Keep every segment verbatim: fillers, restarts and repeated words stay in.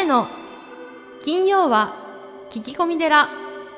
瀬の金曜は聞き込み寺。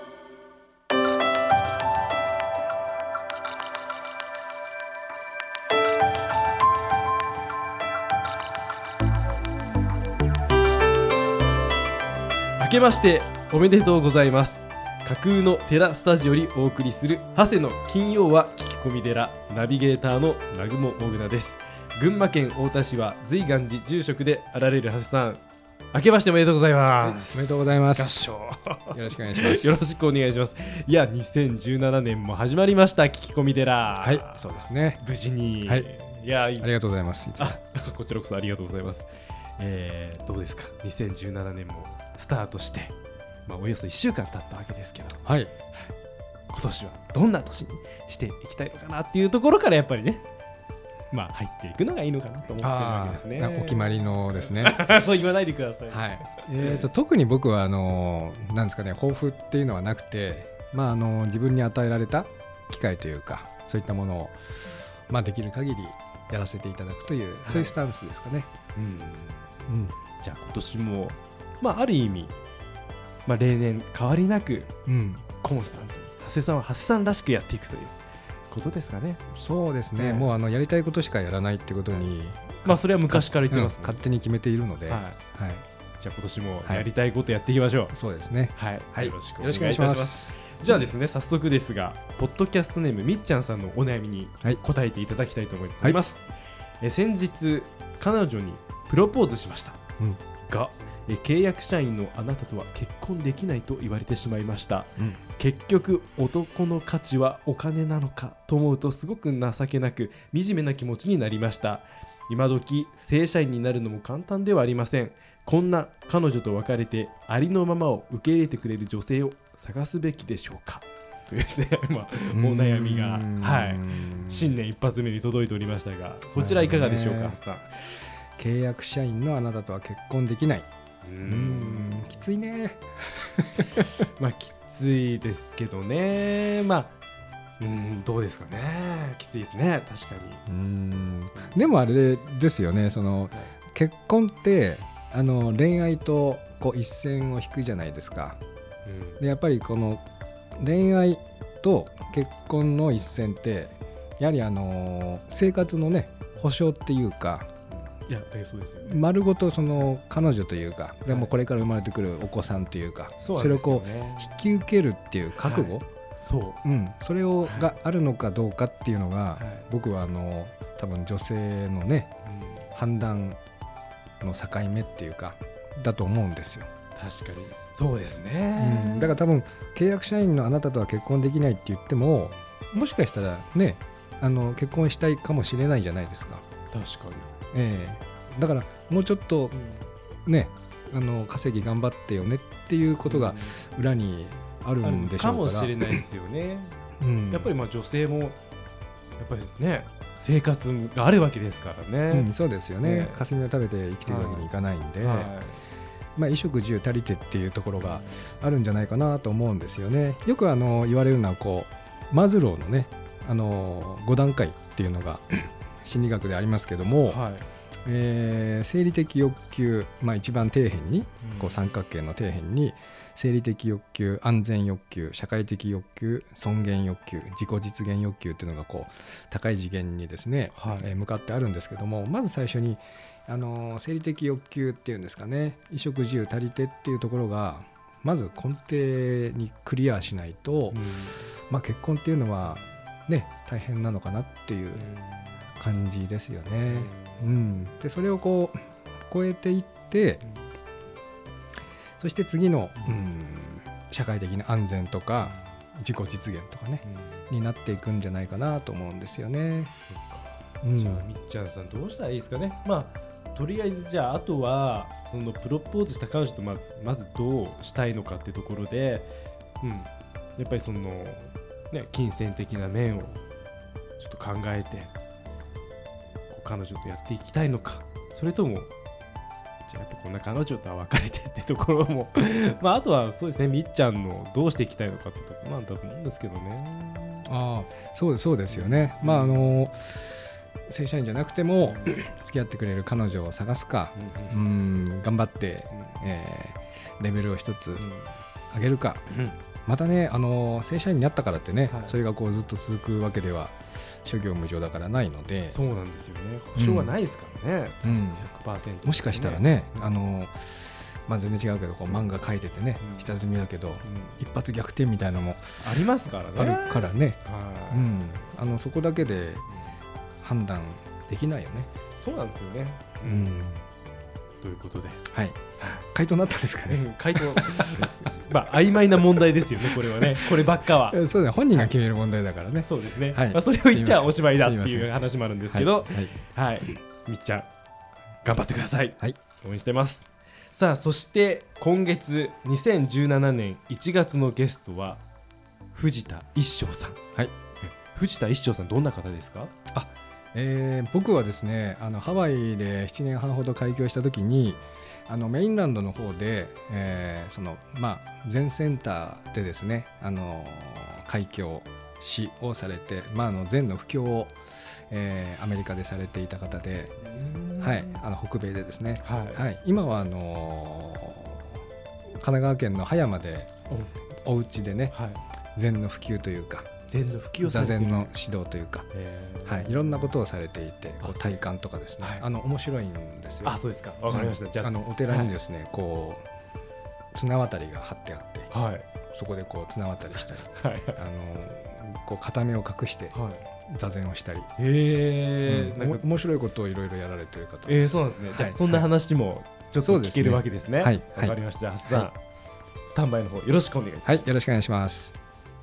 明けましておめでとうございます。架空の寺スタジオよりお送りする長谷の金曜は聞き込み寺、ナビゲーターの南雲もぐなです。群馬県太田市は随願寺住職であられる長谷さん、明けましておめでとうございます。 おめでとうございます。 合唱よろしくお願いしますよろしくお願いします。いやにせんじゅうななねんも始まりました。聞き込み寺、 はい、そうですね。 無事に、 はい、 いやありがとうございます。いつもこちらこそありがとうございます。えー、どうですか、にせんじゅうななねんもスタートして、まあ、およそいっしゅうかん経ったわけですけど、 はい、 今年はどんな年にしていきたいのかなっていうところからやっぱりね、まあ入っていくのがいいのかなと思ってるわけですね。 お決まりのですねそう言わないでください。 はい、えーと特に僕はあのなんですかね、抱負っていうのはなくて、まあ、あの自分に与えられた機会というか、そういったものを、まあ、できる限りやらせていただくという、はい、そういうスタンスですかね。 うんうん、じゃあ今年も、まあ、ある意味、まあ、例年変わりなく、うん、コンスタントに長谷さんは長谷さんらしくやっていくということですかね。 そうですね、もうあのやりたいことしかやらないっていうことに、 まあそれは昔から言ってますもん、 うん、勝手に決めているので、はいはい、 じゃあ今年もやりたいことやっていきましょう。 はい、そうですね、 はいはい、よろしくお願いいたします。じゃあですね、早速ですが、ポッドキャストネームみっちゃんさんのお悩みに答えていただきたいと思います。はい、え先日彼女にプロポーズしました、うん、がえ契約社員のあなたとは結婚できないと言われてしまいました、うん、結局男の価値はお金なのかと思うとすごく情けなく惨めな気持ちになりました。今時正社員になるのも簡単ではありません。こんな彼女と別れてありのままを受け入れてくれる女性を探すべきでしょうかというですね、まあ、お悩みが、はい、新年一発目に届いておりましたが、こちらいかがでしょうか。さん、 契約社員のあなたとは結婚できない、うーん、きついねまあきついですけどね、まあうーん、どうですかね、きついですね、確かに。 うーん、でもあれですよね、その、はい、結婚ってあの恋愛とこう一線を引くじゃないですか、うん、でやっぱりこの恋愛と結婚の一線ってやはりあの生活のね保障っていうか、 いやそうですよね、 丸ごとその彼女というか、でもこれから生まれてくるお子さんというか、はい、それをこう引き受けるっていう覚悟、はい、 そう、 うん、それをがあるのかどうかっていうのが、はい、僕はあの多分女性のね、うん、判断の境目っていうかだと思うんですよ。 確かにそうですね、 うん、だから多分契約社員のあなたとは結婚できないって言っても、もしかしたらね、あの結婚したいかもしれないじゃないですか。 確かに、 えー、だからもうちょっとね、あの稼ぎ頑張ってよねっていうことが裏にあるんでしょうから、 かもしれないですよね、うん、やっぱりまあ女性もやっぱりね生活があるわけですからね、 うん、そうですよね、ね、霞を食べて生きてるわけにいかないんで、はいはい、まあ、衣食住足りてっていうところがあるんじゃないかなと思うんですよね。よくあの言われるのはこうマズローのね、あのご段階っていうのが心理学でありますけども、はい、えー、生理的欲求、まあ、一番底辺に、こう三角形の底辺に生理的欲求、安全欲求、社会的欲求、尊厳欲求、自己実現欲求っていうのがこう高い次元にですね、はい、えー、向かってあるんですけども、まず最初にあのー、生理的欲求っていうんですかね、衣食住足りてっていうところがまず根底にクリアしないと、うん、まあ、結婚っていうのはね大変なのかなっていう感じですよね、うんうん、でそれをこう超えていって、うん、そして次の、うん、社会的な安全とか自己実現とかね、うん、になっていくんじゃないかなと思うんですよね。 そっか、うん、じゃあみっちゃんさんどうしたらいいですかね。まあとりあえずじゃああとはそのプロポーズした彼女と ま, まずどうしたいのかっていうところで、うん、やっぱりその、ね、金銭的な面をちょっと考えてこう彼女とやっていきたいのか、それともじゃあやっぱこんな彼女とは別れてってところもまああとはそうですね、みっちゃんのどうしていきたいのかってところなんだと思うんですけどね。 ああ、そうですそうですよね、うん、まああの正社員じゃなくても付き合ってくれる彼女を探すか、うん、うん頑張って、うんえー、レベルを一つ上げるか、うん、またねあの正社員になったからってね、はい、それがこうずっと続くわけでは諸行無常だからないので、 そうなんですよね。保証はないですからね、うん、ひゃくパーセント、ね、 もしかしたらね、うん、あのまあ、全然違うけどこう漫画描いててね、うん、下積みだけど、うん、一発逆転みたいなのもありますからね。 あるからね、うん、あのそこだけで判断できないよね。 そうなんですよね、うん、ということで、 はい、回答になったんですかね。 回答まあ曖昧な問題ですよねこれはね。こればっかはそうですね、本人が決める問題だからね、はい、 そうですね、はいまあ、それを言っちゃおしまいだっていう話もあるんですけど、はいはいはい、みっちゃん頑張ってください、はい、応援してます。さあそして今月にせんじゅうななねんいちがつのゲストは藤田一生さん、はい、藤田一生さんどんな方ですか？ あ、えー、僕はですねあのハワイでななねんはんほど開業した時にあのメインランドの方で、えーそのまあ、全センターでですねあの開業しをされて、まあ、あの全の布教を、えー、アメリカでされていた方で、はい、あの北米でですね、はいはい、今はあの神奈川県の葉山でお家でね、はい、禅の普及というか禅の普及をされている座禅の指導というか、はい、いろんなことをされていてこう体感とかですね、はい、あの面白いんですよ。 あ、そうですか、わかりました、うん、じゃあ、 あのお寺にですね、はい、こう綱渡りが張ってあって、はい、そこでこう綱渡りしたり、はい、あのこう片目を隠して、はい、座禅をしたり、へー、うん、なんか面白いことをいろいろやられている方です。 えー、そうなんですね。じゃあ、はい、そんな話もちょっと聞けるわけですね。はい、わかりました。ハスさん、はい、スタンバイの方よろしくお願いします。 はい、よろしくお願いします。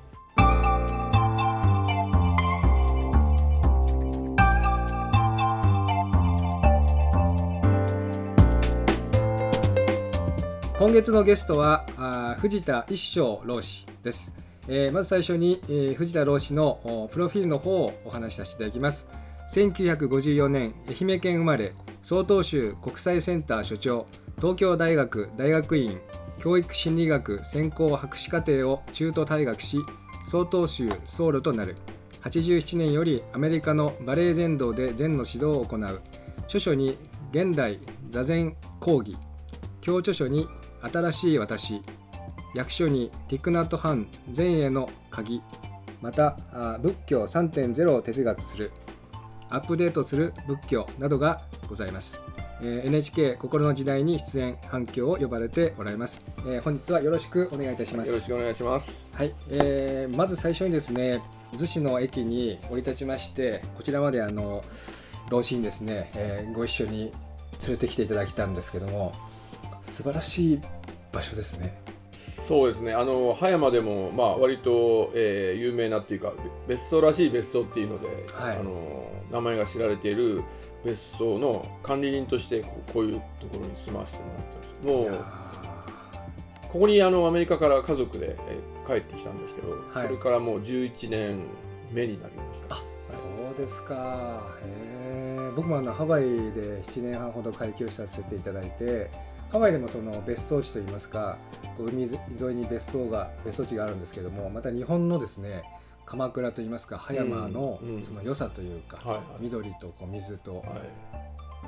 今月のゲストはあ藤田一生老師です。えー、まず最初に、えー、藤田老師のプロフィールの方をお話しさせていただきます。せんきゅうひゃくごじゅうよねん愛媛県生まれ、曹洞宗国際センター所長、東京大学大学院教育心理学専攻博士課程を中途退学し、曹洞宗僧侶となる。はちじゅうななねんよりアメリカのバレエ禅道で禅の指導を行う。著書に現代座禅講義、教著書に新しい私、訳書にティクナット・ハン禅への鍵、また仏教 さんてんゼロ を哲学する、アップデートする仏教などがございます。えー、エヌエイチケー 心の時代に出演、反響を呼ばれておられます。えー、本日はよろしくお願いいたします。 よろしくお願いします。 はい、えー、まず最初にですね、逗子の駅に降り立ちまして、こちらまであの老師にですね、えー、ご一緒に連れてきていただきたんですけども、素晴らしい場所ですね。 そうですね、あの葉山でも、まあ、割と、えー、有名なっていうか別荘らしい別荘っていうので、はい、あの名前が知られている別荘の管理人としてこう、こういうところに住まわせてもらってます。もうここにあのアメリカから家族で、えー、帰ってきたんですけど、はい、それからもうじゅういちねんめになりました。 あ、そうですか。へー、僕もあのハワイでななねんはんほど開業させていただいて、ハワイでもその別荘地といいますか、海沿いに別荘が別荘地があるんですけども、また日本のですね鎌倉といいますか葉山のその良さというか、うんうん、緑とこう水と、はい、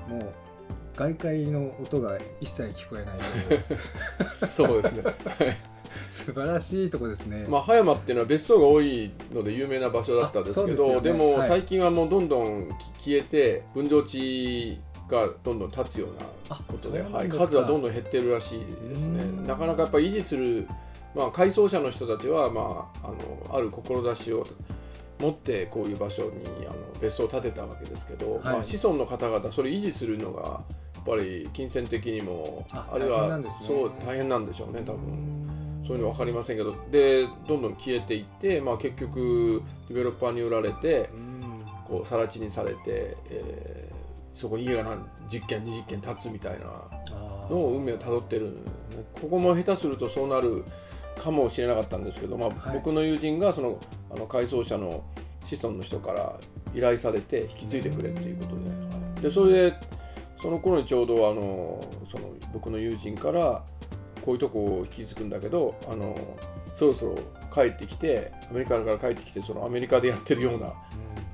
もう外界の音が一切聞こえないというそうですね素晴らしいとこですね。 まあ、葉山っていうのは別荘が多いので有名な場所だったんですけど、 で, ね、でも最近はもうどんどん消えて分譲地がどんどん立つようなことで、はい、数はどんどん減ってるらしいですね。なかなかやっぱり維持する、まあ、改装者の人たちは、まあ、あのある志を持ってこういう場所にあの別荘を建てたわけですけど、はい、まあ、子孫の方々それ維持するのがやっぱり金銭的にも あ, あるいはそう大変なんでしょうね、多分。そういうの分かりませんけど、でどんどん消えていって、まあ、結局デベロッパーに売られてこう更地にされて、えー、そこに家が何じゅっけんにじゅっけん建つみたいなのを運命をたどってるんで、ここも下手するとそうなるかもしれなかったんですけど、まあはい、僕の友人がそのあの改装者の子孫の人から依頼されて引き継いでくれっていうことで、はい、でそれでその頃にちょうどあのその僕の友人からこういうとこを引き継ぐんだけど、あのそろそろ帰ってきてアメリカから帰ってきてそのアメリカでやってるような、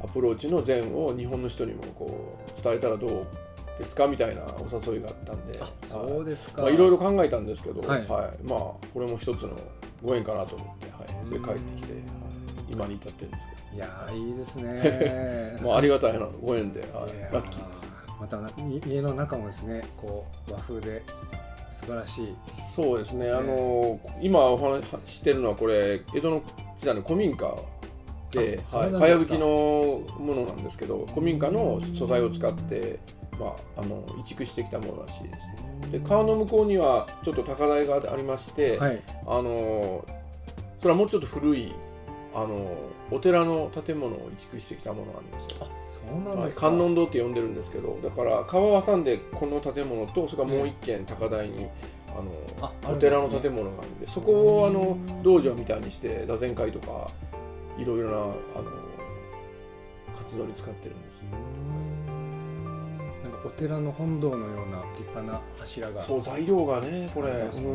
アプローチの禅を日本の人にもこう伝えたらどうですかみたいなお誘いがあったんで、 あ、そうですか。 まあ、いろいろ考えたんですけど、 はいはい、まあこれも一つのご縁かなと思って、はい、で帰ってきて、はい、今に至ってるんですけど。 いやいいですね。 まあありがたいなご縁で、はい、ラッキーです。 また家の中もですね、こう和風で素晴らしい。 そうですね。あの今お話ししてるのはこれ江戸の時代の古民家で、はい、かやぶきのものなんですけど、古民家の素材を使って、まあ、あの移築してきたものらしいですね。で川の向こうにはちょっと高台がありまして、はい、あのそれはもうちょっと古いあのお寺の建物を移築してきたものなんですよ。 あ、そうなんですか。 観音堂って呼んでるんですけど、だから川を挟んでこの建物と、それからもう一軒高台に、あのああお寺の建物があるんで、そこをあの道場みたいにして座禅会とかいろいろなあの活動に使ってるんです。 なんかお寺の本堂のような立派な柱が。 そう、材料がね、これ。うん、 素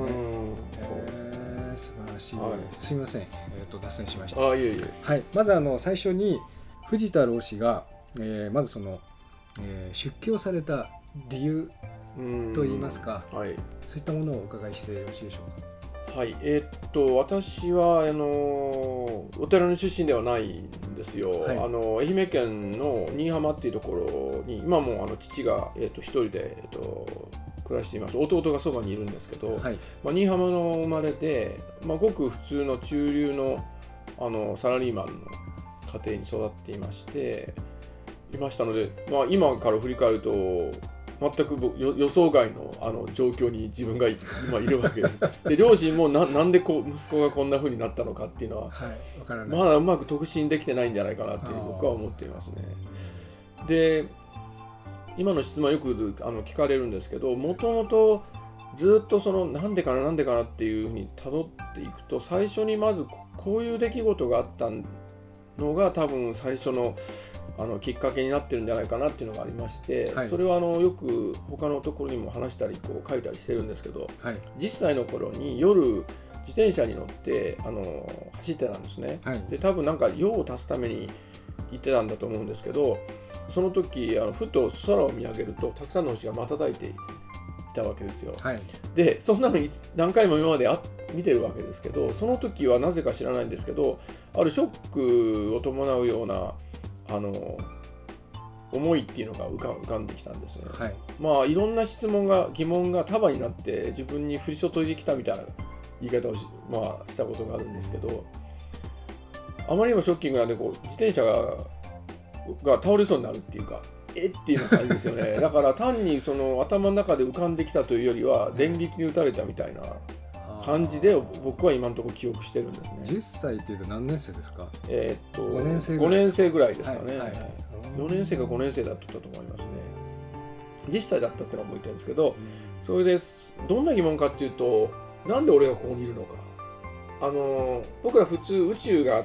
晴らしい、はい、すみません、えー、と脱線しました。 あ、いえいえ。 はい、まずあの最初に藤田老師が、えー、まずその、えー、出家をされた理由といいますか、はい、そういったものをお伺いしてよろしいでしょうか。 はい、えー、っと私はあのお寺の出身ではないんですよ。はい、あの愛媛県の新居浜っていうところに今もあの父が、えー、っと一人で、えー、っと暮らしています。弟がそばにいるんですけど、はい、まあ、新居浜の生まれで、まあ、ごく普通の中流の、あのサラリーマンの家庭に育っていましていましたので、まあ、今から振り返ると全く予想外 の, あの状況に自分が今いるわけです。で両親も な, なんでこう息子がこんな風になったのかっていうのは、はい、からないまだうまく特進できてないんじゃないかなっていう僕は思っていますね。で今の質問はよくあの聞かれるんですけど、もともとずっとそのなんでかななんでかなっていうふうに辿っていくと、最初にまずこういう出来事があったのが多分最初のあのきっかけになってるんじゃないかなっていうのがありまして、はい、それはあのよく他のところにも話したりこう書いたりしてるんですけど、はい、じゅっさいの頃に夜自転車に乗ってあの走ってたんですね。はい、で多分なんか用を足すために行ってたんだと思うんですけど、その時あのふと空を見上げるとたくさんの星が瞬いていたわけですよ。はい、でそんなの何回も今まであ見てるわけですけど、その時はなぜか知らないんですけど、あるショックを伴うようなあの思いっていうのが浮か、浮かんできたんですね。はい、まあいろんな質問が疑問が束になって自分に降り注いできたみたいな言い方をし、まあ、したことがあるんですけど、あまりにもショッキングなんでこう自転車がが倒れそうになるっていうか、えっていう感じですよね。だから単にその頭の中で浮かんできたというよりは電撃に打たれたみたいな感じで僕は今のところ記憶してるんですね。 じゅっさいっていうと何年生ですか？ えー、っとごねん生ごねん生ぐらいですかね。はいはい、よねん生かごねん生だったと思いますね。じゅっさいだったってのは覚えてるんですけど、それでどんな疑問かっていうと、なんで俺がここにいるのか。あの僕ら普通宇宙があって、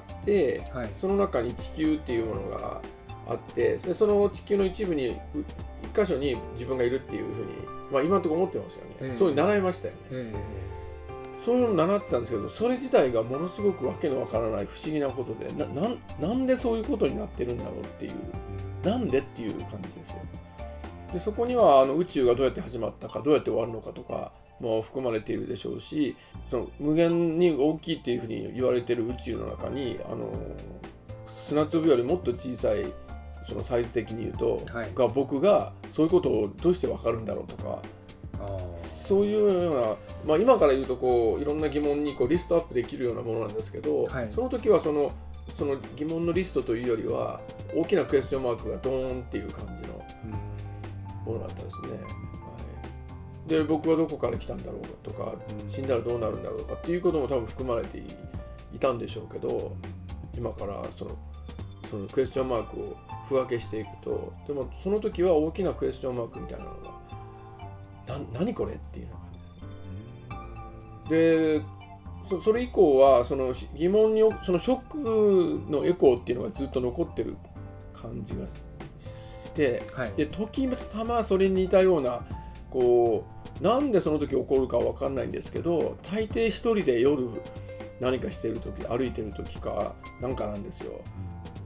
はい、その中に地球っていうものがあって、でその地球の一部に一箇所に自分がいるっていうふうに、まあ、今のところ思ってますよね。えー、そういう習いましたよね。えー、そういうの習ってたんですけど、それ自体がものすごくわけのわからない不思議なことで、 な, な, なんでそういうことになってるんだろうっていう、なんでっていう感じですよ。でそこにはあの宇宙がどうやって始まったか、どうやって終わるのかとかも含まれているでしょうし、その無限に大きいっていうふうに言われている宇宙の中にあの砂粒よりもっと小さいそのサイズ的に言うと、はい、が僕がそういうことをどうして分かるんだろうとか、あそういうような、まあ、今から言うとこういろんな疑問にこうリストアップできるようなものなんですけど、はい、その時はそのその疑問のリストというよりは大きなクエスチョンマークがドーンっていう感じのものだったんですね。で僕はどこから来たんだろうとか、死んだらどうなるんだろうとかっていうことも多分含まれて い, いたんでしょうけど、今からそのそのクエスチョンマークを区分けしていくと、でもその時は大きなクエスチョンマークみたいなのがな何これっていうような感じで、で そ, それ以降はその疑問にそのショックのエコーっていうのがずっと残ってる感じがして、はい、で時たまそれに似たようなこうなんでその時起こるかわかんないんですけど、大抵一人で夜何かしてる時、歩いてる時かなんかなんですよ。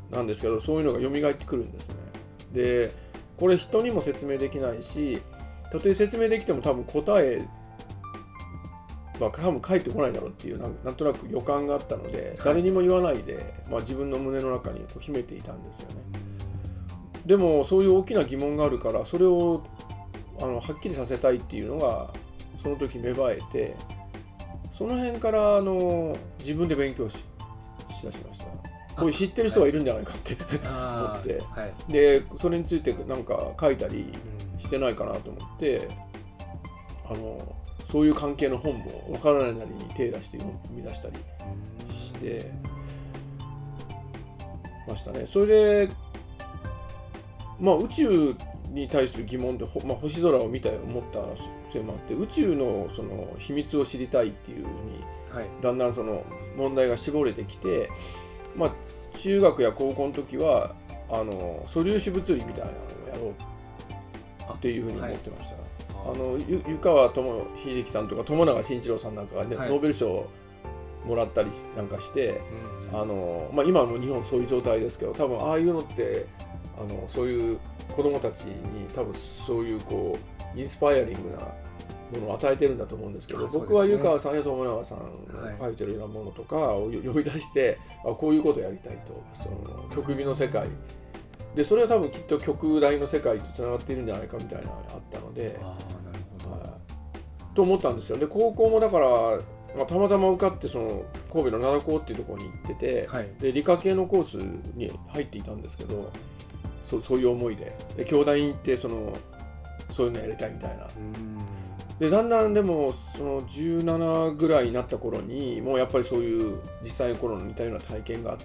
なんですけど、そういうのが蘇ってくるんですね。でこれ人にも説明できないし、たとえ説明できても多分答えは多分返ってこないだろうっていうな ん, なんとなく予感があったので、はい、誰にも言わないで、まあ、自分の胸の中にこう秘めていたんですよね。でもそういう大きな疑問があるから、それをあのはっきりさせたいっていうのがその時芽生えて、その辺からあの自分で勉強 し, しだしました。こういう知ってる人がいるんじゃないかって、はい、思って、はい、でそれについてなんか書いたりしてないかなと思って、あのそういう関係の本も分からないなりに手出して読み出したりしてましたね。それで、まあ、宇宙に対する疑問で、まあ、星空を見たいと思ったせいもあって、宇宙 の, その秘密を知りたいっていうふうに、はい、だんだんその問題が絞れてきて、まあ、中学や高校の時はあの素粒子物理みたいなのをやろうっていうふうに思ってました。あのゆ湯川智秀樹さんとか友永慎一郎さんなんかが、ね、はい、ノーベル賞をもらったりなんかして、うん、あのまあ、今も日本そういう状態ですけど、多分ああいうのってあのそういう子どもたちに多分そういうこうインスパイアリングなものを与えてるんだと思うんですけど、ね、僕は湯川さんや友永さんが書いてるようなものとかを読み出して、はい、あこういうことをやりたいと、その曲美の世界で、それは多分きっと曲大の世界とつながっているんじゃないかみたいなのがあったので、あなるほど、はい、と思ったんですよ。で高校もだから、まあ、たまたま受かってその神戸の灘高っていうところに行ってて、はい、で理科系のコースに入っていたんですけど、そ, そういう思いで、で京大に行ってそのそういうのやりたいみたいな。うんでだんだんでもそのじゅうななぐらいになった頃にもうやっぱりそういう実際の頃の似たような体験があって、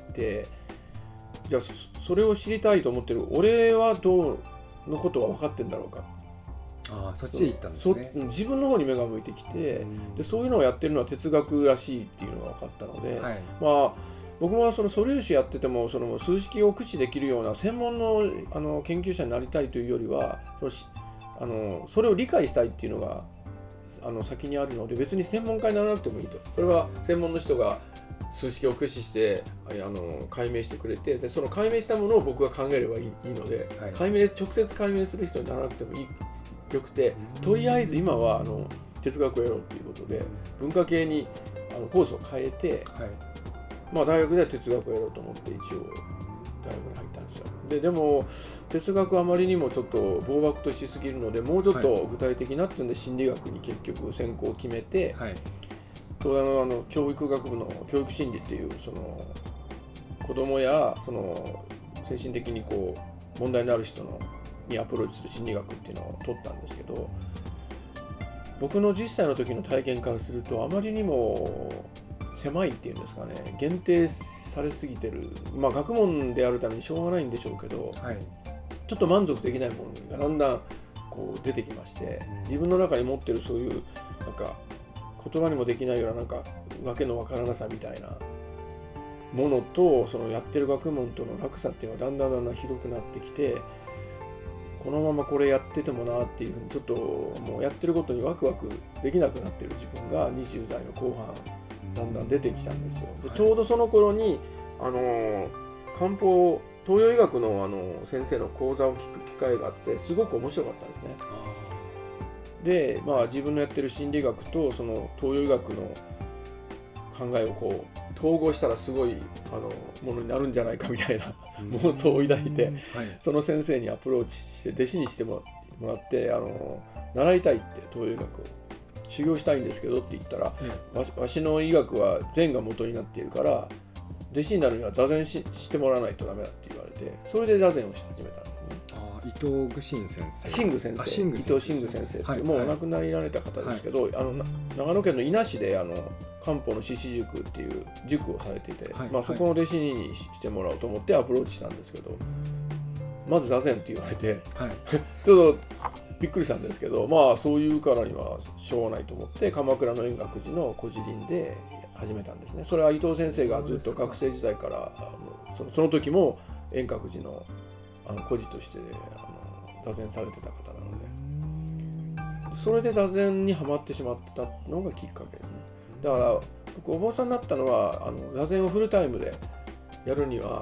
じゃあそれを知りたいと思ってる俺はどうのことは分かってんだろうか。 ああそっちへ行ったんですね。 自分の方に目が向いてきて、でそういうのをやってるのは哲学らしいっていうのが分かったので、はい、まあ僕もその素粒子やっててもその数式を駆使できるような専門 の, あの研究者になりたいというよりは、そのあのそれを理解したいっていうのがあの先にあるので、別に専門家にならなくてもいいと。それは専門の人が数式を駆使してあの解明してくれて、でその解明したものを僕が考えればいい、いいので、はい、解明直接解明する人にならなくてもいいよくて、とりあえず今はあの哲学をやろうということで文化系にあのコースを変えて、はい、まあ、大学では哲学をやろうと思って一応大学に入ったんですよ。ででも哲学あまりにもちょっと暴漠としすぎるので、もうちょっと具体的なっていうんで心理学に結局専攻を決めて、はい、東大 の, あの教育学部の教育心理っていうその子供やその精神的にこう問題のある人のにアプローチする心理学っていうのを取ったんですけど、僕のじゅっさいの時の体験からするとあまりにも狭いっていうんですかね、限定されすぎてる、まあ学問であるためにしょうがないんでしょうけど、はい、ちょっと満足できないものがだんだんこう出てきまして、自分の中に持ってるそういうなんか言葉にもできないようななんかわけのわからなさみたいなものと、そのやってる学問との落差っていうのがだんだんだんだんひどくなってきて、このままこれやっててもなっていうふうにちょっともうやってることにワクワクできなくなってる自分がにじゅう代の後半だんだん出てきたんですよ。でちょうどその頃にあの漢方東洋医学 の, あの先生の講座を聞く機会があって、すごく面白かったんですね。で、まあ、自分のやってる心理学とその東洋医学の考えをこう統合したらすごいあのものになるんじゃないかみたいな妄想を抱いて、はい、その先生にアプローチして弟子にしてもらってあの習いたいって東洋医学を修行したいんですけどって言ったら、うん、わ, わしの医学は禅が元になっているから弟子になるには座禅 し, してもらわないとダメだって言われて、それで座禅をし始めたんですね。 あ伊藤具信先生真具先生伊藤真具先生って、はい、もうお亡くなりになられた方ですけど、はい、あの長野県の伊那市であの漢方の獅子塾っていう塾をされていて、はい、まあ、そこの弟子にしてもらおうと思ってアプローチしたんですけど、まず座禅って言われて、はい、ちょっとびっくりしたんですけど、まあそういうからにはしょうがないと思って鎌倉の円覚寺の孤児林で始めたんですね。それは伊藤先生がずっと学生時代からあの そ, のその時も円覚寺のあの孤児としてあの座禅されてた方なので、それで座禅にはまってしまってたのがきっかけですね。だから僕お坊さんになったのはあの座禅をフルタイムでやるには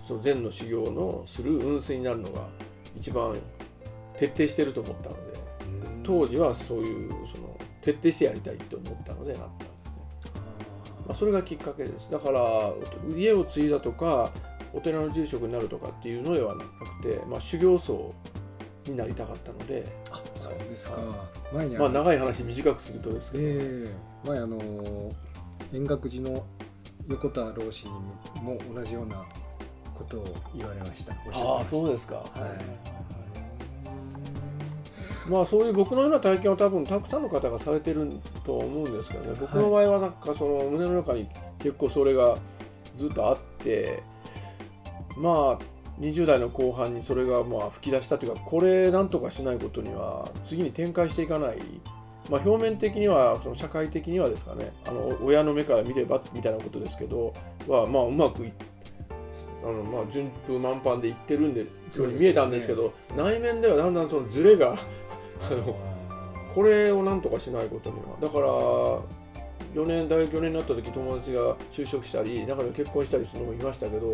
その禅の修行のする雲水になるのが一番徹底してると思ったので、当時はそういうその徹底してやりたいと思ったのでなったんですね。まあ、それがきっかけです。だから家を継いだとかお寺の住職になるとかっていうのではなくて、まあ、修行僧になりたかったので。 あ、そうですか。 前にあの、まあ、長い話短くするとですけど、 えー、前あの円覚寺の横田老師にも同じようなことを言われました。 ああ、そうですか。はい。 はい、 まあそういう僕のような体験を多分たくさんの方がされてると思うんですけどね。僕の場合はなんかその胸の中に結構それがずっとあって、まあにじゅう代の後半にそれがまあ吹き出したというか、これなんとかしないことには次に展開していかない。まあ、表面的にはその社会的にはですかね、あの親の目から見ればみたいなことですけどは、まあうまくいあのまあ順風満帆でいってるんでように見えたんですけど、内面ではだんだんそのズレがあのこれをなんとかしないことには、だからよねん大学よねんになった時友達が就職したり中で結婚したりするのもいましたけど、はい、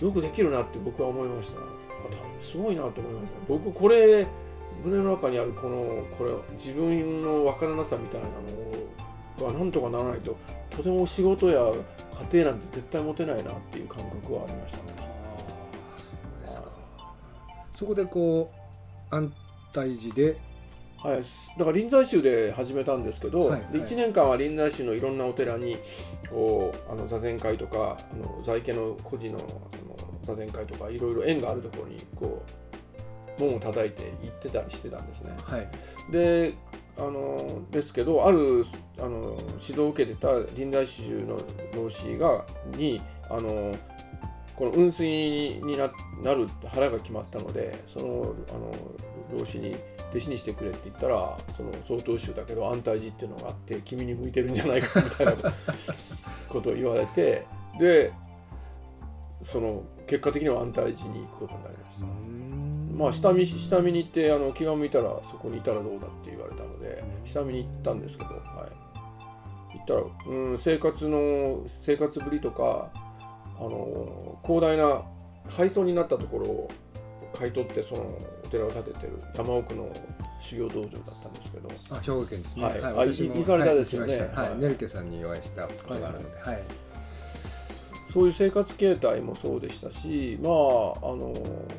よくできるなって僕は思いました。すごいなと思いました。僕これ胸の中にあるこのこれ自分の分からなさみたいなのがなんとかならないととても仕事や家庭なんて絶対持てないなっていう感覚はありましたね。 ああ、そうですか。そこでこう安泰寺で、 はい、だから臨済宗で始めたんですけど、はいはい、でいちねんかんは臨済宗のいろんなお寺にこうあの座禅会とかあの在家の孤児の、あの座禅会とかいろいろ縁があるところにこう門を叩いて行ってたりしてたんですね。はい、であのですけどあるあの指導を受けてた臨済宗の老師がにあのこの雲水に な, なる腹が決まったので、そのあの老師に弟子にしてくれって言ったら、その曹洞宗だけど安泰寺っていうのがあって君に向いてるんじゃないかみたいなことを言われて、でその結果的には安泰寺に行くことになりました。まあ、下見下見に行ってあの気が向いたらそこにいたらどうだって言われたので下見に行ったんですけど、はい、行ったら、うん、生活の生活ぶりとかあの広大な廃村になったところを買い取ってそのお寺を建ててる山奥の修行道場だったんですけど、 あ、兵庫県ですね。 はい、はい、私も行かれたですよね。 はい、はい、ネルケさんにお会いしたことがあるので、はいはい、 そういう生活形態もそうでしたし、まああの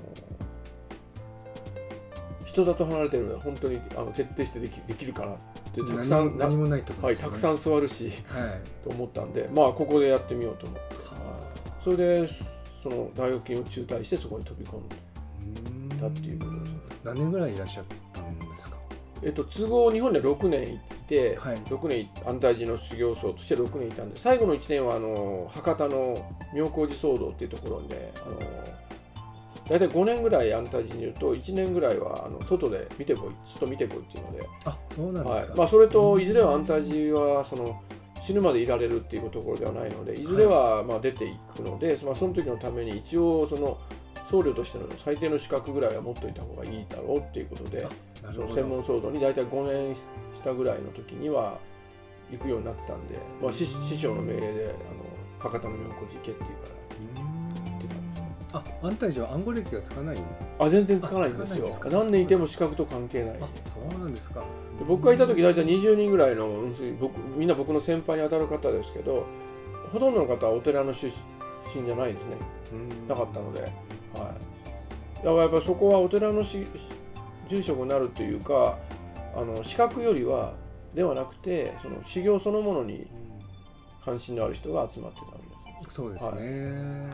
人だと離れてるので本当にあの徹底してで き, できるかなってたくさん何もないところですよね。はい、たくさん座るし、はい、と思ったんで、まあここでやってみようと思って、はあ、それでその大学院を中退してそこに飛び込んだっていうことです。 何年ぐらいいらっしゃったんですか？ えっと都合日本でろくねんいて、はい、ろくねん安泰寺の修行僧としてろくねんいたんで、最後のいちねんはあの博多の妙高寺騒動っていうところで、あの大体ごねんぐらい安泰寺にいるといちねんぐらいはあの外で見てこい外見てこいっていうので、 あ、そうなんですか。 はい、まあ、それといずれは安泰寺はその死ぬまでいられるっていうところではないので、いずれはまあ出ていくので、はい、まあ、その時のために一応その僧侶としての最低の資格ぐらいは持っといた方がいいだろうっていうことで、その専門騒動に大体ごねんしたぐらいの時には行くようになってたんで、まあ、師, 師匠の命令であの博多の妙高寺行けっていうから行ってたんです。 あ、安泰寺は暗号歴がつかないの？ あ、全然つかないんですよ。何年いても資格と関係ない。 あ、そうなんですか。 で僕がいた時大体にじゅうにんぐらいの僕みんな僕の先輩に当たる方ですけど、ほとんどの方はお寺の出身じゃないですね。なかったので、はい。だからやっぱりそこはお寺のし住職になるというか、あの資格よりはではなくて、その修行そのものに関心のある人が集まってたんです。 そうですね、はい、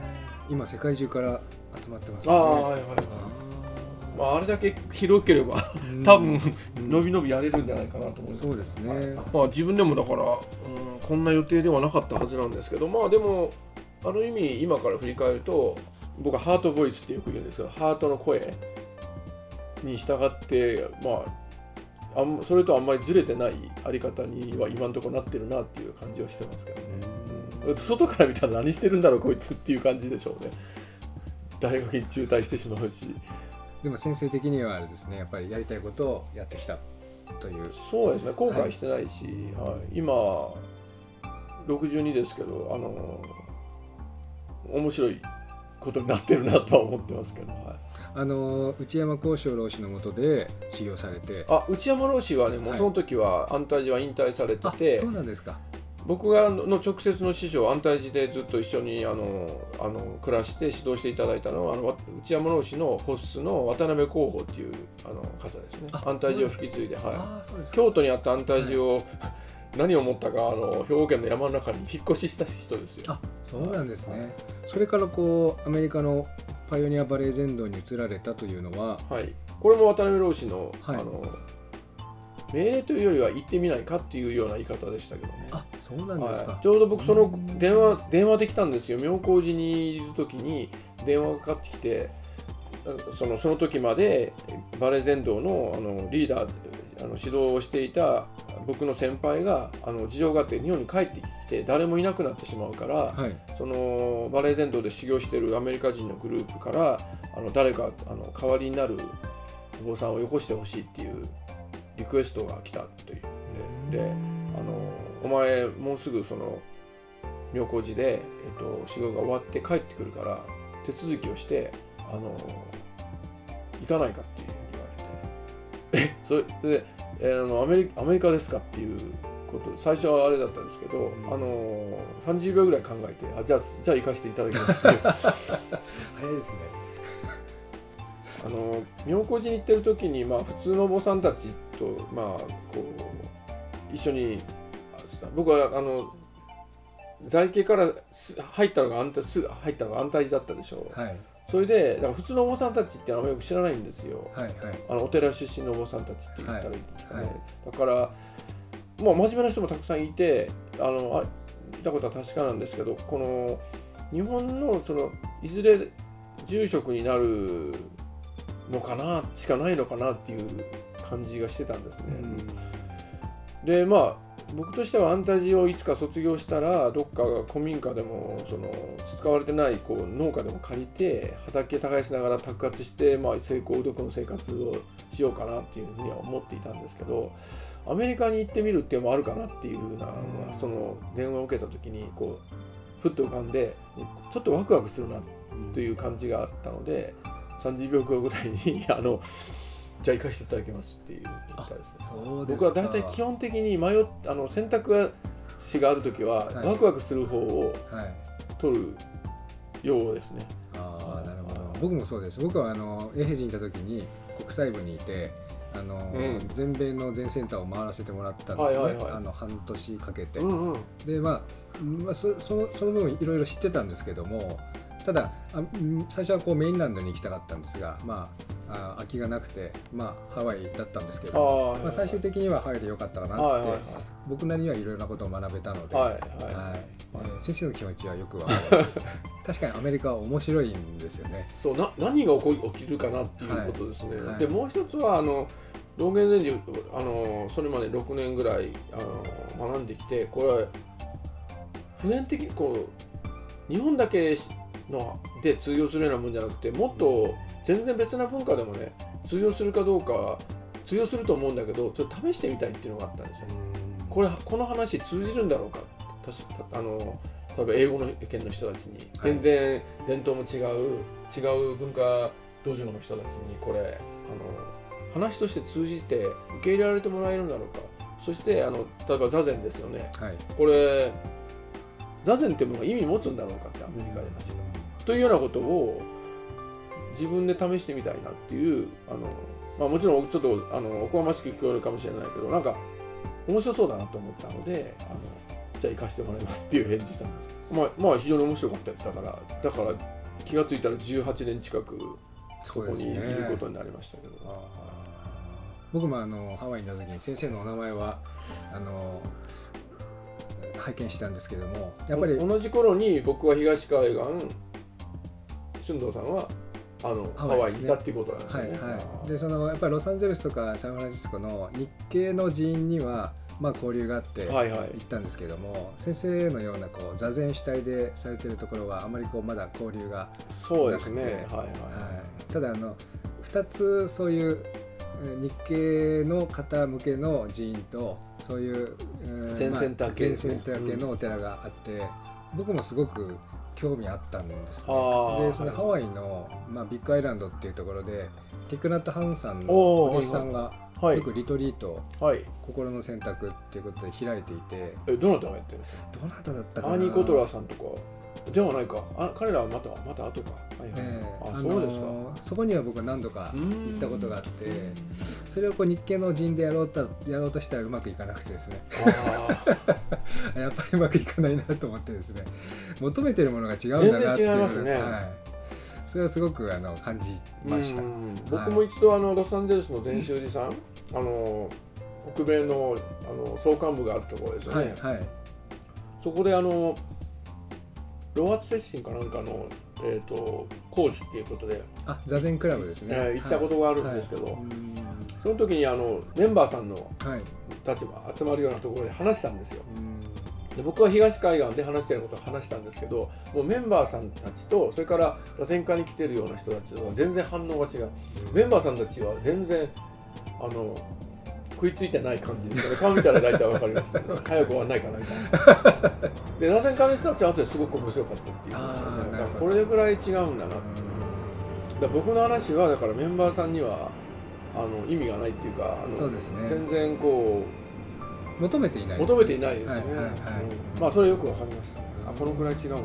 今世界中から集まってますもんね。あ、はいはいはい、 あ, まあ、あれだけ広ければ多分伸び伸びやれるんじゃないかなと思います。 そうですね、はい、 まあ、自分でもだから、うん、こんな予定ではなかったはずなんですけど、まあでもある意味今から振り返ると、僕はハートボイスってよく言うんですけど、ハートの声に従って、まあ、あんそれとあんまりずれてないあり方には今のところなってるなっていう感じはしてますけどね。外から見たら何してるんだろうこいつっていう感じでしょうね。大学に中退してしまうし。 でも先生的にはあれですね、やっぱりやりたいことをやってきたという。 そうですね、後悔してないし、はいはい、今ろくじゅうにですけど、あの面白いことになってるなとは思ってますけど、はい、 あの内山幸章老師の下で修行されて、 あ内山老師はねもうその時は安泰寺は引退されてて、はい、 そうなんですか。 僕がの直接の師匠安泰寺でずっと一緒にあのあの暮らして指導していただいたのはあの内山老師のホスの渡辺広報っていうあの方ですね。安泰寺を引き継いで、はい、京都にあった安泰寺を、はい、何を思ったかあの兵庫県の山の中に引っ越しした人ですよ。 あ、そうなんですね。はい、それからこうアメリカのパイオニアバレエ全道に移られたというのは、 はい、これも渡辺老師の、はい、あの命令というよりは行ってみないかっていうような言い方でしたけどね。 あ、そうなんですか。 はい、ちょうど僕その電話電話できたんですよ。妙高寺にいる時に電話がかかってきて、そのその時までバレエ全道のあのリーダーあの指導をしていた僕の先輩があの事情があって日本に帰ってきて誰もいなくなってしまうから、はい、そのバレエ全道で修行しているアメリカ人のグループからあの誰かあの代わりになるお坊さんをよこしてほしいっていうリクエストが来たというで、であのお前もうすぐその妙高寺で、えっと、修行が終わって帰ってくるから手続きをしてあの行かないかって言われてえそれで、えー、あのアメリカ、アメリカですかっていうこと最初はあれだったんですけど、うん、あのさんじゅうびょうぐらい考えてあじゃあじゃあ行かせていただきますって早いですね。 あの妙高寺に行ってる時に、まあ、普通のお坊さんたちと、まあ、こう一緒に僕はあの在家から入ったのが安泰す入ったのが安泰寺だったでしょう、はい、それでだから普通のお坊さんたちってあんまりよく知らないんですよ、はいはい、あのお寺出身のお坊さんたちって言ったらいいんですかね、はいはい、だから、まあ、真面目な人もたくさんいてあのあ見たことは確かなんですけどこの日本のそのいずれ住職になるのかなしかないのかなっていう感じがしてたんですね、うん、でまあ僕としては安泰寺をいつか卒業したらどっかが古民家でもその使われてないこう農家でも借りて畑耕しながら托活して、まあ、成功うどくの生活をしようかなっていうふうには思っていたんですけどアメリカに行ってみるっていうのもあるかなっていうふうなのがその電話を受けた時にこうふっと浮かんでちょっとワクワクするなという感じがあったのでさんじゅうびょうごぐらいにあのじゃあ行かせていただきますっていう言ったんですね。そうですか。僕は大体基本的に迷っあの選択肢があるときは、はい、ワクワクする方を取るようですね。 はい、ああなるほど。僕もそうです。僕はあの永平寺にいたときに国際部にいてあの、うん、全米の全センターを回らせてもらったんですね。はいはいはい、あの半年かけて。うんうん、でまあ、まあ、そ, そ, のその分いろいろ知ってたんですけども。ただあ最初はこうメインランドに行きたかったんですが、まあ、あ空きがなくて、まあ、ハワイだったんですけど、まあ、最終的にはハワイでよかったかなって、はいはいはい、僕なりにはいろいろなことを学べたので、はいはいはいえー、先生の気持ちはよくわかります確かにアメリカは面白いんですよね。 そうな何が起こ起きるかなっていうことですね、はいはい、でもう一つはあの道元禅師あのそれまでろくねんぐらいあの学んできてこれは普遍的にこう日本だけので通用するようなもんじゃなくてもっと全然別な文化でもね通用するかどうか通用すると思うんだけどちょっと試してみたいっていうのがあったんですよ。これこの話通じるんだろうかあの例えば英語の圏の人たちに全然伝統も違う、はい、違う文化道場の人たちにこれあの話として通じて受け入れられてもらえるんだろうか。そしてあの例えば座禅ですよね、はい、これ座禅っていうものが意味持つんだろうかってアメリカで話がというようなことを自分で試してみたいなっていうあの、まあ、もちろんちょっとあのおこがましく聞こえるかもしれないけどなんか面白そうだなと思ったのであのじゃあ行かせてもらいますっていう返事したんです。まあ、まあ非常に面白かったですだからだから気がついたらじゅうはちねん近くそこにいることになりましたけど、ね、 僕もあのハワイにいた時に先生のお名前はあの拝見したんですけどもやっぱり同じ頃に僕は東海岸俊藤さんはあのハワイにいたっていうことなんですね。はいはい、 でそのやっぱりロサンゼルスとかサンフランシスコの日系の寺院にはまあ交流があって行ったんですけども、はいはい、先生のようなこう座禅主体でされているところはあまりこうまだ交流がなくて、 そうですね。はいはいはい、 ただあのふたつそういう日系の方向けの寺院とそういう全センター系、 全センター系のお寺があって、うん、僕もすごく興味あったんですね。でそのハワイの、まあ、ビッグアイランドっていうところでティクナット・ハンさんのお弟子さんがよくリトリート、はい、心の選択っていうことで開いていて、 えどなたがやってるんですか？ どなただったかな。 アーニー・コトラーさんとかではないか。あ彼らはまたまた後か。はいはい、えー、あそうですか。 そこには僕は何度か行ったことがあって、それをこう日系の人でやろうとやろうとしたらうまくいかなくてですね。あやっぱりうまくいかないなと思ってですね。求めてるものが違うんだなっていう。全然違いますね。はい、それはすごくあの感じました。 僕も一度あのロサンゼルスの禅宗寺さん、あの北米のあの総監部があるところですよね。はいはい、そこであのロハツ接心かなんかの、えー、と講師っていうことで、 あ座禅クラブですね、えー、行ったことがあるんですけど、はいはい、その時にあのメンバーさんの立場、はい、集まるようなところで話したんですよ。で僕は東海岸で話していることを話したんですけど、もうメンバーさんたちとそれから座禅会に来てるような人たちとは全然反応が違う。メンバーさんたちは全然あの食いついてない感じですよね。顔見たら大体わかりますよね。早く終わんないかなみたいな。で、座禅会の人たちは後ですごく面白かったって言うんですよね。だからこれぐらい違うんだなって。だ僕の話はだからメンバーさんにはあの意味がないっていうか、あのそうですね、 全然こう求めていないですね。 求めていないですね。はいはいはい、うん、まあそれよくわかりましたね。あ、このぐらい違うんだな。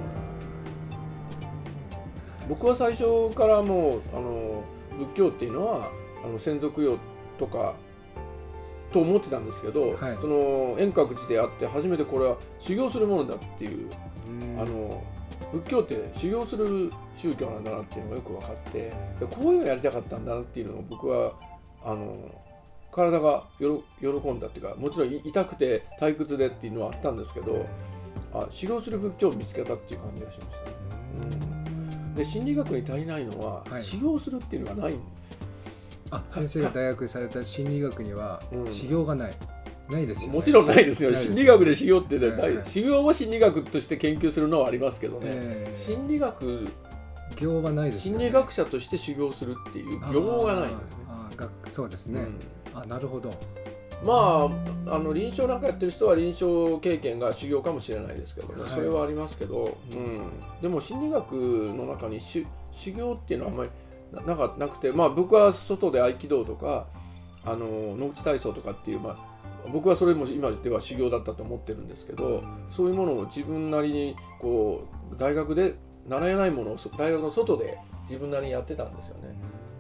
僕は最初からもうあの仏教っていうのはあの先祖供養とかと思ってたんですけど、はい、その遠隔寺であって初めてこれは修行するものだっていう、あの仏教って修行する宗教なんだなっていうのがよく分かって、こういうのやりたかったんだなっていうのを僕はあの体がよろ喜んだっていうか、もちろん痛くて退屈でっていうのはあったんですけど、あ修行する仏教を見つけたっていう感じがしましたね。うん、で心理学に足りないのは、はい、修行するっていうのがないんです。 あ、先生が大学された心理学には修行がない、うん、ないですよね。 もちろんないですよ。心理学で修行ってね、はいはい、修行を心理学として研究するのはありますけどね、えー、心理学行はないですよね。 心理学者として修行するっていう行がないんですね。 ああそうですね、うん、あなるほど。 まあ、あの臨床なんかやってる人は臨床経験が修行かもしれないですけどね、はい、それはありますけど、うん、でも心理学の中に修行っていうのはあんまりなかなくて、まあ、僕は外で合気道とかあの農地体操とかっていう、まあ、僕はそれも今では修行だったと思ってるんですけど、うん、そういうものを自分なりにこう大学で習えないものを大学の外で自分なりにやってたんですよね。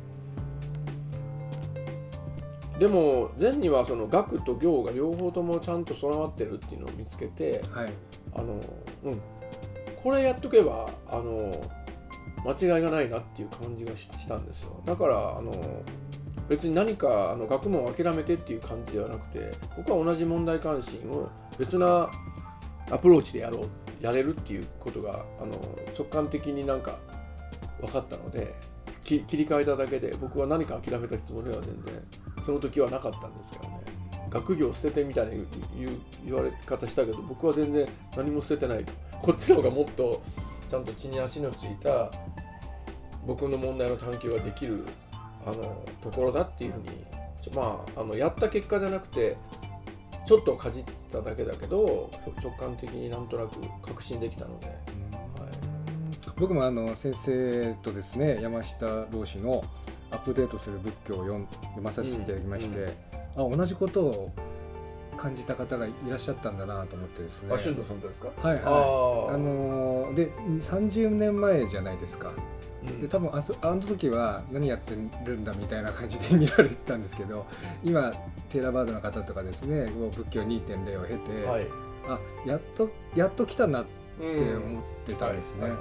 でも禅にはその学と行が両方ともちゃんと備わってるっていうのを見つけて、はい、あのうん、これやっとけばあの間違いがないなっていう感じがしたんですよ。だからあの別に何かあの学問を諦めてっていう感じではなくて、僕は同じ問題関心を別なアプローチでやろうやれるっていうことがあの直感的になんか分かったので、切り替えただけで僕は何か諦めたつもりは全然その時はなかったんですけどね。学業を捨ててみたいな 言, 言われ方したけど、僕は全然何も捨ててないと。こっちの方がもっとちゃんと地に足のついた僕の問題の探求ができるあのところだっていうふうに、まあ、あのやった結果じゃなくてちょっとかじっただけだけど直感的になんとなく確信できたので、はい、 僕もあの先生とですね、山下老師のアップデートする仏教を読まさせていただきまして、うんうん、あ同じことを感じた方がいらっしゃったんだなと思ってですね。 あ、俊藤さんとですか？ はいはい。あ、あのー、でさんじゅうねんまえじゃないですか。うん、で多分あの時は何やってるんだみたいな感じで見られてたんですけど、今テーラバードの方とかですね、仏教 にてんゼロ を経て、はい、あやっとやっと来たなって思ってたんですね。はい。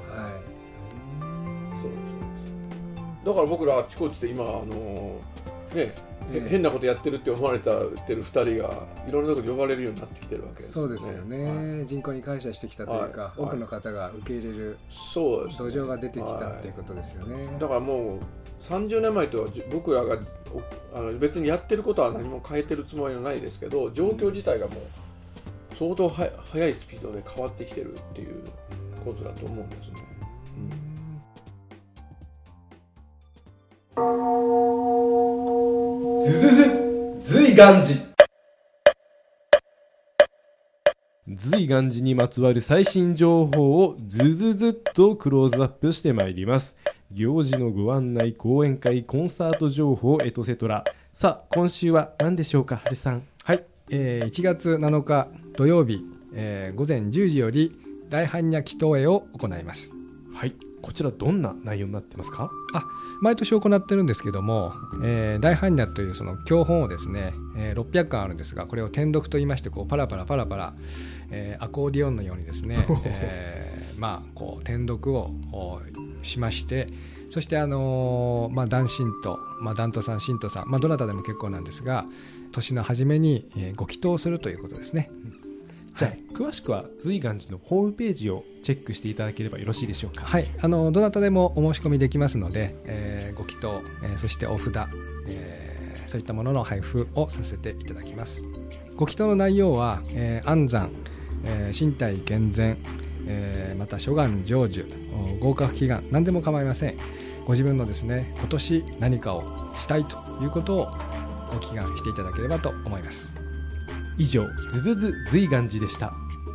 そうです。だから僕らあっちこっちで今あのー、ね。えー、変なことやってるって思われてるふたりがいろんなところに呼ばれるようになってきてるわけですね。 そうですよね、はい、人口に感謝してきたというか、はい、多くの方が受け入れる土壌が出てきたっていうことですよね。 はい、だからもうさんじゅうねんまえとは僕らがあの別にやってることは何も変えてるつもりはないですけど、状況自体がもう相当は速いスピードで変わってきてるっていうことだと思うんですね。 ずずずずいがんじ瑞岩寺にまつわる最新情報をずずずっとクローズアップしてまいります。行事のご案内、講演会、コンサート情報、エトセトラ。さあ今週は何でしょうか、長谷さん。 はい、えー、いちがつなのか土曜日、えー、ごぜんじゅうじより大般若祈祷会を行います。 はい、こちらどんな内容になってますか？ あ、毎年行ってるんですけども、えー、大般若というその教本をですね、えー、ろっぴゃっかんあるんですが、これを転読といいまして、こうパラパラパラパラ、えー、アコーディオンのようにですね、えー、まあこう転読をしまして、そしてあのーまあ、談信徒、まあ、談徒さん、信徒さん、まあ、どなたでも結構なんですが、年の初めに、えー、ご祈祷するということですね。 じゃあ、はい、詳しくは瑞岩寺のホームページをチェックしていただければよろしいでしょうか。 はい、あのどなたでもお申し込みできますので、えー、ご祈祷、えー、そしてお札、えー、そういったものの配布をさせていただきます。ご祈祷の内容は、えー、安産、えー、身体健全、えー、また諸願成就、合格祈願、何でも構いません。ご自分のですね、今年何かをしたいということをご祈願していただければと思います。 以上、ずずず瑞岩寺でした。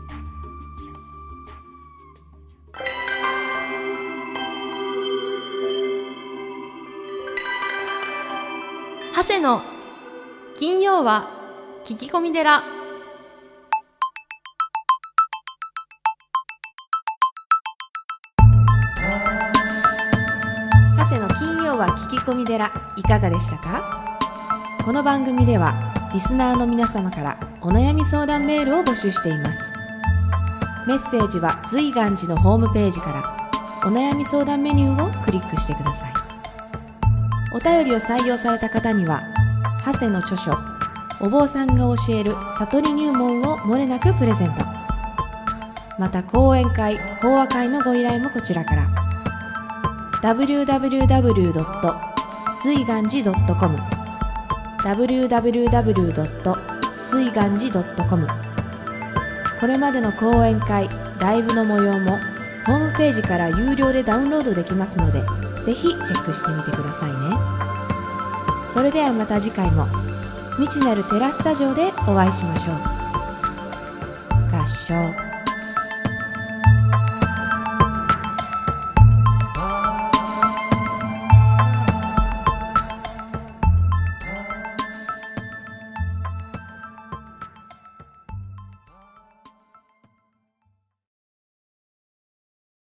長谷の金曜は聞き込み寺。長谷の金曜は聞き込み寺、いかがでしたか？この番組ではリスナーの皆様からお悩み相談メールを募集しています。メッセージは瑞岩寺のホームページからお悩み相談メニューをクリックしてください。お便りを採用された方には長谷の著書お坊さんが教える悟り入門をもれなくプレゼント。また講演会、法話会のご依頼もこちらから。 ダブリューダブリューダブリュードットずいがんじドットコム ダブリューダブリューダブリュードットずいがんじドットコム。 これまでの講演会、ライブの模様もホームページから有料でダウンロードできますので、ぜひチェックしてみてくださいね。それではまた次回も未知なるテラスタジオでお会いしましょう。合唱。